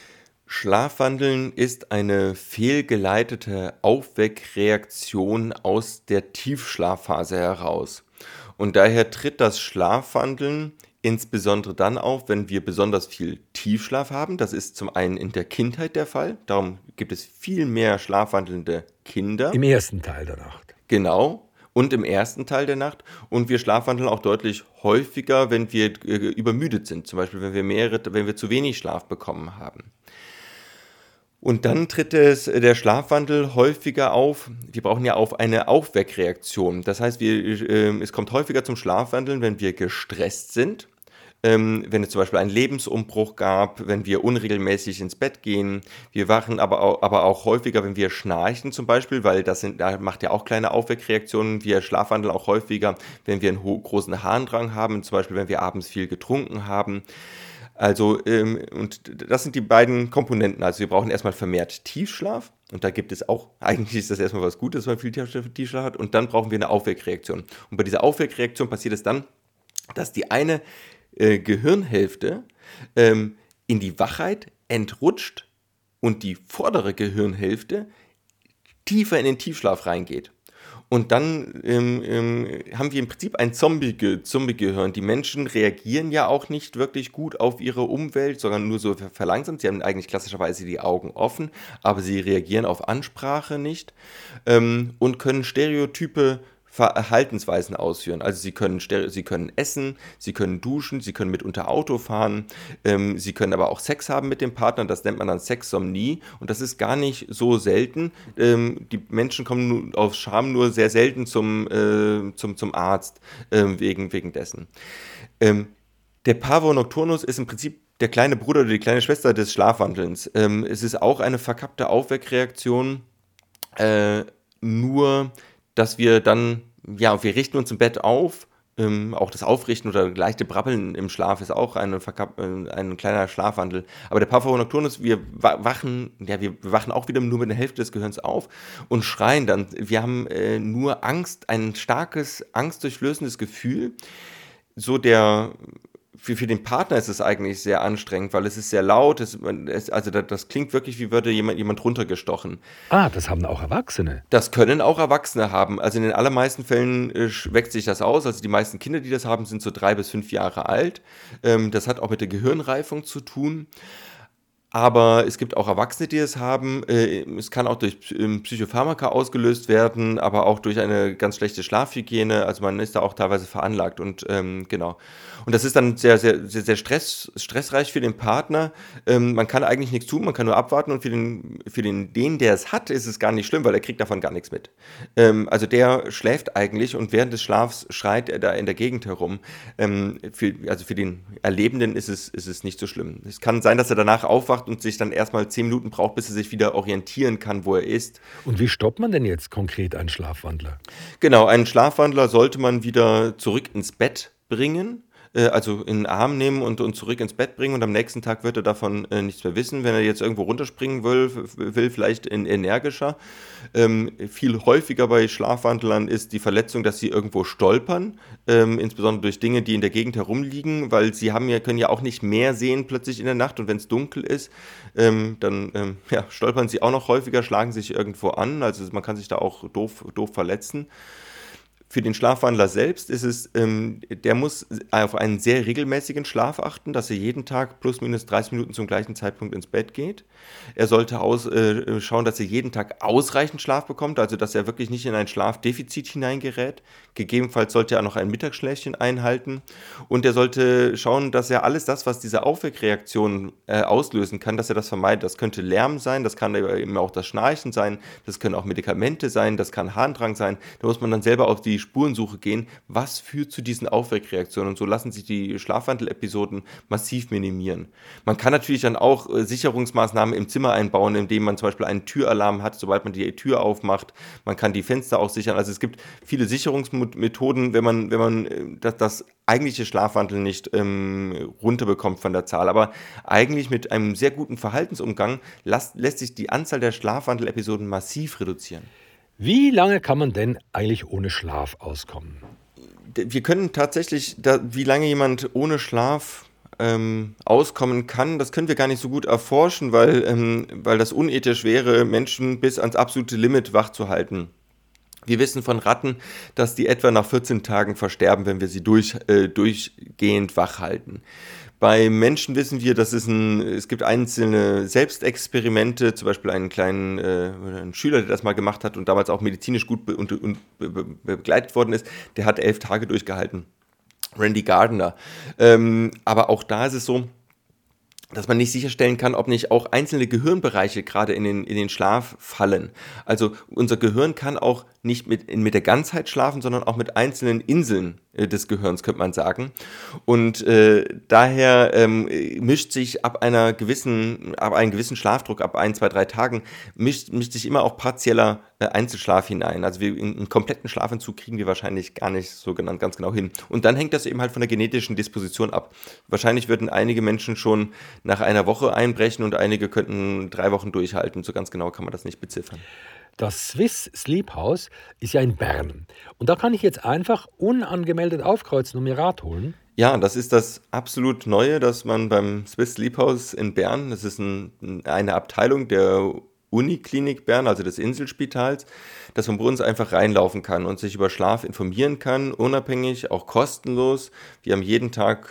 Schlafwandeln ist eine fehlgeleitete Aufweckreaktion aus der Tiefschlafphase heraus. Und daher tritt das Schlafwandeln insbesondere dann auf, wenn wir besonders viel Tiefschlaf haben. Das ist zum einen in der Kindheit der Fall. Darum gibt es viel mehr schlafwandelnde Kinder. Im ersten Teil der Nacht. Genau. Und im ersten Teil der Nacht. Und wir schlafwandeln auch deutlich häufiger, wenn wir äh, übermüdet sind. Zum Beispiel, wenn wir mehrere, wenn wir zu wenig Schlaf bekommen haben. Und dann tritt es, der Schlafwandel häufiger auf. Wir brauchen ja auf eine Aufweckreaktion. Das heißt, wir, äh, es kommt häufiger zum Schlafwandeln, wenn wir gestresst sind. Ähm, wenn es zum Beispiel einen Lebensumbruch gab, wenn wir unregelmäßig ins Bett gehen. Wir wachen aber auch, aber auch häufiger, wenn wir schnarchen zum Beispiel, weil das sind, da macht ja auch kleine Aufweckreaktionen. Wir schlafwandeln auch häufiger, wenn wir einen ho- großen Harndrang haben, zum Beispiel wenn wir abends viel getrunken haben. Also, ähm, und das sind die beiden Komponenten. Also wir brauchen erstmal vermehrt Tiefschlaf. Und da gibt es auch, eigentlich ist das erstmal was Gutes, wenn man viel Tiefschlaf hat. Und dann brauchen wir eine Aufweckreaktion. Und bei dieser Aufweckreaktion passiert es dann, dass die eine äh, Gehirnhälfte ähm, in die Wachheit entrutscht und die vordere Gehirnhälfte tiefer in den Tiefschlaf reingeht. Und dann ähm, ähm, haben wir im Prinzip ein Zombie-Ge- Zombie-Gehirn. Die Menschen reagieren ja auch nicht wirklich gut auf ihre Umwelt, sondern nur so ver- verlangsamt. Sie haben eigentlich klassischerweise die Augen offen, aber sie reagieren auf Ansprache nicht ähm, und können stereotype Verhaltensweisen ausführen. Also sie können, stere- sie können essen, sie können duschen, sie können mitunter Auto fahren, ähm, sie können aber auch Sex haben mit dem Partner, das nennt man dann Sexsomnie und das ist gar nicht so selten. Ähm, die Menschen kommen nur aus Scham nur sehr selten zum, äh, zum, zum Arzt ähm, wegen, wegen dessen. Ähm, der Pavor nocturnus ist im Prinzip der kleine Bruder oder die kleine Schwester des Schlafwandelns. Ähm, es ist auch eine verkappte Aufweckreaktion, äh, nur, dass wir dann, ja, wir richten uns im Bett auf. Ähm, auch das Aufrichten oder leichte Brabbeln im Schlaf ist auch eine, Verkap äh, ein kleiner Schlafwandel. Aber der Pavor nocturnus, wir wa- wachen, ja, wir wachen auch wieder nur mit der Hälfte des Gehirns auf und schreien dann. Wir haben äh, nur Angst, ein starkes, angstdurchflößendes Gefühl. So der für, für den Partner ist es eigentlich sehr anstrengend, weil es ist sehr laut, es, es, also das, das klingt wirklich, wie würde jemand, jemand runtergestochen. Ah, das haben auch Erwachsene. Das können auch Erwachsene haben. Also in den allermeisten Fällen äh, wächst sich das aus. Also die meisten Kinder, die das haben, sind so drei bis fünf Jahre alt. Ähm, das hat auch mit der Gehirnreifung zu tun. Aber es gibt auch Erwachsene, die es haben. Äh, Es kann auch durch ähm, Psychopharmaka ausgelöst werden, aber auch durch eine ganz schlechte Schlafhygiene. Also man ist da auch teilweise veranlagt und ähm, genau. Und das ist dann sehr, sehr, sehr, sehr stress, stressreich für den Partner. Ähm, man kann eigentlich nichts tun, man kann nur abwarten und für den, für den, den, der es hat, ist es gar nicht schlimm, weil er kriegt davon gar nichts mit. Ähm, also der schläft eigentlich und während des Schlafs schreit er da in der Gegend herum. Ähm, für, also für den Erlebenden ist es, ist es nicht so schlimm. Es kann sein, dass er danach aufwacht und sich dann erstmal zehn Minuten braucht, bis er sich wieder orientieren kann, wo er ist. Und wie stoppt man denn jetzt konkret einen Schlafwandler? Genau, einen Schlafwandler sollte man wieder zurück ins Bett bringen, äh, also in den Arm nehmen und, und zurück ins Bett bringen und am nächsten Tag wird er davon äh, nichts mehr wissen. Wenn er jetzt irgendwo runterspringen will, f- will vielleicht in, energischer. Ähm, viel häufiger bei Schlafwandlern ist die Verletzung, dass sie irgendwo stolpern, ähm, insbesondere durch Dinge, die in der Gegend herumliegen, weil sie haben ja, können ja auch nicht mehr sehen plötzlich in der Nacht und wenn es dunkel ist, ähm, dann ähm, ja, stolpern sie auch noch häufiger, schlagen sich irgendwo an, also man kann sich da auch doof, doof verletzen. Für den Schlafwandler selbst ist es, ähm, der muss auf einen sehr regelmäßigen Schlaf achten, dass er jeden Tag plus minus dreißig Minuten zum gleichen Zeitpunkt ins Bett geht. Er sollte aus, äh, schauen, dass er jeden Tag ausreichend Schlaf bekommt, also dass er wirklich nicht in ein Schlafdefizit hineingerät. Gegebenenfalls sollte er noch ein Mittagsschläfchen einhalten und er sollte schauen, dass er alles das, was diese Aufweckreaktion äh, auslösen kann, dass er das vermeidet. Das könnte Lärm sein, das kann eben auch das Schnarchen sein, das können auch Medikamente sein, das kann Harndrang sein. Da muss man dann selber auf die Spurensuche gehen, was führt zu diesen Aufweckreaktionen und so lassen sich die Schlafwandel-Episoden massiv minimieren. Man kann natürlich dann auch äh, Sicherungsmaßnahmen im Zimmer einbauen, indem man zum Beispiel einen Türalarm hat, sobald man die Tür aufmacht. Man kann die Fenster auch sichern. Also es gibt viele Sicherungsmethoden, wenn man, wenn man äh, das, das eigentliche Schlafwandeln nicht ähm, runterbekommt von der Zahl. Aber eigentlich mit einem sehr guten Verhaltensumgang las, lässt sich die Anzahl der Schlafwandel-Episoden massiv reduzieren. Wie lange kann man denn eigentlich ohne Schlaf auskommen? Wir können tatsächlich, da, wie lange jemand ohne Schlaf ähm, auskommen kann, das können wir gar nicht so gut erforschen, weil, ähm, weil das unethisch wäre, Menschen bis ans absolute Limit wach zu halten. Wir wissen von Ratten, dass die etwa nach vierzehn Tagen versterben, wenn wir sie durch, äh, durchgehend wach halten. Bei Menschen wissen wir, dass es, ein, es gibt einzelne Selbstexperimente, zum Beispiel einen kleinen äh, einen Schüler, der das mal gemacht hat und damals auch medizinisch gut be und, und be be begleitet worden ist, der hat elf Tage durchgehalten. Randy Gardner. Ähm, aber auch da ist es so, dass man nicht sicherstellen kann, ob nicht auch einzelne Gehirnbereiche gerade in den, in den Schlaf fallen. Also unser Gehirn kann auch nicht mit, mit der Ganzheit schlafen, sondern auch mit einzelnen Inseln äh, des Gehirns, könnte man sagen. Und äh, daher ähm, mischt sich ab einer gewissen, ab einem gewissen Schlafdruck, ab ein, zwei, drei Tagen, mischt, mischt sich immer auch partieller äh, Einzelschlaf hinein. Also wir, einen kompletten Schlafentzug kriegen wir wahrscheinlich gar nicht so genannt, ganz genau hin. Und dann hängt das eben halt von der genetischen Disposition ab. Wahrscheinlich würden einige Menschen schon nach einer Woche einbrechen und einige könnten drei Wochen durchhalten. So ganz genau kann man das nicht beziffern. Das Swiss Sleep House ist ja in Bern. Und da kann ich jetzt einfach unangemeldet aufkreuzen und mir Rat holen. Ja, das ist das absolut Neue, dass man beim Swiss Sleep House in Bern, das ist ein, eine Abteilung der Uniklinik Bern, also des Inselspitals, dass man bei uns einfach reinlaufen kann und sich über Schlaf informieren kann, unabhängig, auch kostenlos. Wir haben jeden Tag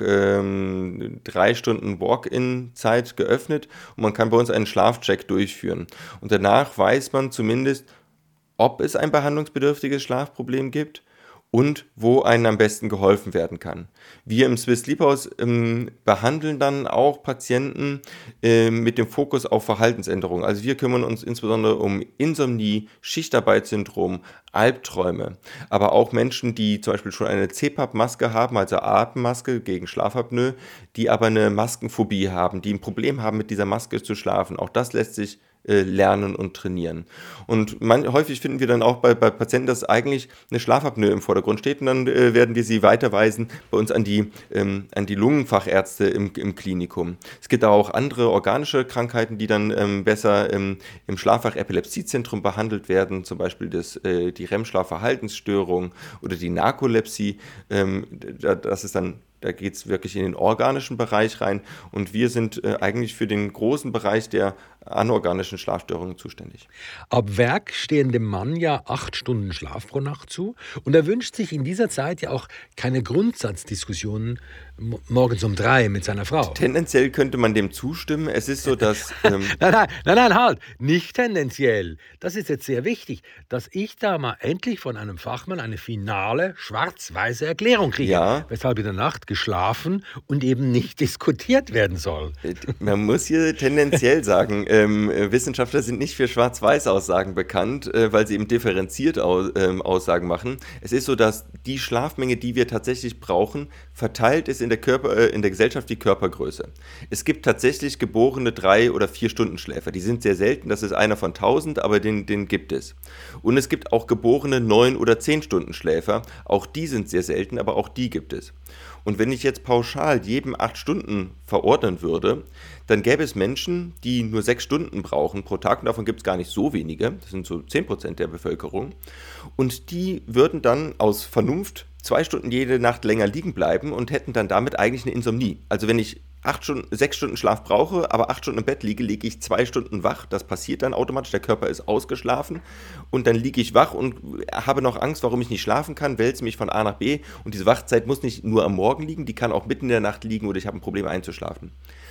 ähm, drei Stunden Walk-in-Zeit geöffnet und man kann bei uns einen Schlafcheck durchführen. Und danach weiß man zumindest, ob es ein behandlungsbedürftiges Schlafproblem gibt und wo einem am besten geholfen werden kann. Wir im Swiss Sleep House ähm, behandeln dann auch Patienten äh, mit dem Fokus auf Verhaltensänderungen. Also wir kümmern uns insbesondere um Insomnie, Schichtarbeitssyndrom, Albträume, aber auch Menschen, die zum Beispiel schon eine C PAP-Maske haben, also Atemmaske gegen Schlafapnoe, die aber eine Maskenphobie haben, die ein Problem haben, mit dieser Maske zu schlafen. Auch das lässt sich lernen und trainieren. Und man, häufig finden wir dann auch bei, bei Patienten, dass eigentlich eine Schlafapnoe im Vordergrund steht und dann äh, werden wir sie weiterweisen bei uns an die, ähm, an die Lungenfachärzte im, im Klinikum. Es gibt aber auch andere organische Krankheiten, die dann ähm, besser ähm, im Schlaffach-Epilepsiezentrum behandelt werden, zum Beispiel das, äh, die R E M-Schlafverhaltensstörung oder die Narkolepsie. Ähm, das ist dann Da geht es wirklich in den organischen Bereich rein und wir sind äh, eigentlich für den großen Bereich der anorganischen Schlafstörungen zuständig. Ab Werk stehen dem Mann ja acht Stunden Schlaf pro Nacht zu und er wünscht sich in dieser Zeit ja auch keine Grundsatzdiskussionen m- morgens um drei mit seiner Frau. Tendenziell könnte man dem zustimmen. Es ist so, dass... Ähm Nein, nein, nein, nein, halt, nicht tendenziell. Das ist jetzt sehr wichtig, dass ich da mal endlich von einem Fachmann eine finale, schwarz-weiße Erklärung kriege, Ja. weshalb in der Nacht geschlafen und eben nicht diskutiert werden soll. Man muss hier tendenziell sagen, ähm, Wissenschaftler sind nicht für Schwarz-Weiß-Aussagen bekannt, äh, weil sie eben differenziert aus, ähm, Aussagen machen. Es ist so, dass die Schlafmenge, die wir tatsächlich brauchen, verteilt ist in der, Körper, äh, in der Gesellschaft wie Körpergröße. Es gibt tatsächlich geborene drei- oder vier Stunden Schläfer. Die sind sehr selten, das ist einer von tausend, aber den, den gibt es. Und es gibt auch geborene neun- oder zehn Stunden Schläfer. Auch die sind sehr selten, aber auch die gibt es. Und wenn ich jetzt pauschal jedem acht Stunden verordnen würde, dann gäbe es Menschen, die nur sechs Stunden brauchen pro Tag. Und davon gibt es gar nicht so wenige. Das sind so zehn Prozent der Bevölkerung. Und die würden dann aus Vernunft zwei Stunden jede Nacht länger liegen bleiben und hätten dann damit eigentlich eine Insomnie. Also wenn ich acht Stunden, sechs Stunden Schlaf brauche, aber acht Stunden im Bett liege, liege ich zwei Stunden wach. Das passiert dann automatisch, der Körper ist ausgeschlafen und dann liege ich wach und habe noch Angst, warum ich nicht schlafen kann, wälze mich von A nach B und diese Wachzeit muss nicht nur am Morgen liegen, die kann auch mitten in der Nacht liegen oder ich habe ein Problem einzuschlafen.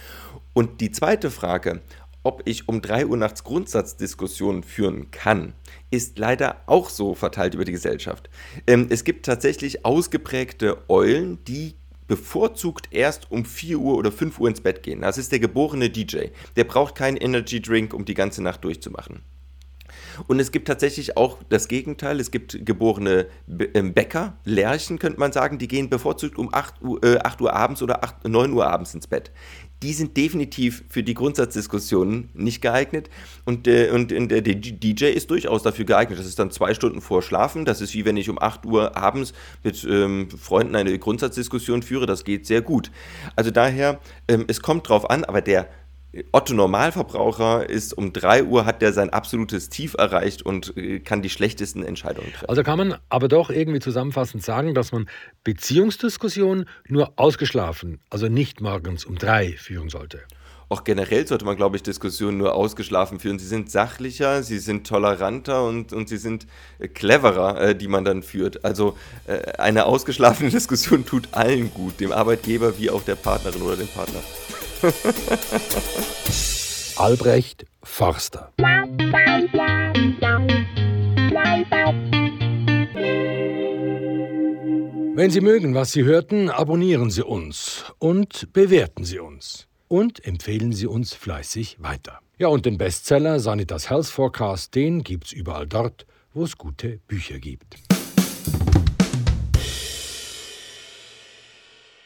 Und die zweite Frage, ob ich um drei Uhr nachts Grundsatzdiskussionen führen kann, ist leider auch so verteilt über die Gesellschaft. Ähm, es gibt tatsächlich ausgeprägte Eulen, die bevorzugt erst um vier Uhr oder fünf Uhr ins Bett gehen. Das ist der geborene D J. Der braucht keinen Energy Drink, um die ganze Nacht durchzumachen. Und es gibt tatsächlich auch das Gegenteil. Es gibt geborene Bäcker, Lerchen könnte man sagen, die gehen bevorzugt um acht Uhr, äh, acht Uhr abends oder acht, neun Uhr abends ins Bett. Die sind definitiv für die Grundsatzdiskussionen nicht geeignet und, äh, und äh, der D J ist durchaus dafür geeignet. Das ist dann zwei Stunden vor Schlafen. Das ist wie wenn ich um acht Uhr abends mit ähm, Freunden eine Grundsatzdiskussion führe. Das geht sehr gut. Also daher, ähm, es kommt drauf an, aber der Otto-Normalverbraucher ist um drei Uhr, hat der sein absolutes Tief erreicht und äh, kann die schlechtesten Entscheidungen treffen. Also kann man aber doch irgendwie zusammenfassend sagen, dass man Beziehungsdiskussionen nur ausgeschlafen, also nicht morgens um drei führen sollte. Auch generell sollte man, glaube ich, Diskussionen nur ausgeschlafen führen. Sie sind sachlicher, sie sind toleranter und, und sie sind äh, cleverer, äh, die man dann führt. Also äh, eine ausgeschlafene Diskussion tut allen gut, dem Arbeitgeber wie auch der Partnerin oder dem Partner. Albrecht Forster. Wenn Sie mögen, was Sie hörten, abonnieren Sie uns und bewerten Sie uns. Und empfehlen Sie uns fleißig weiter. Ja, und den Bestseller Sanitas Health Forecast, den gibt's überall dort, wo es gute Bücher gibt.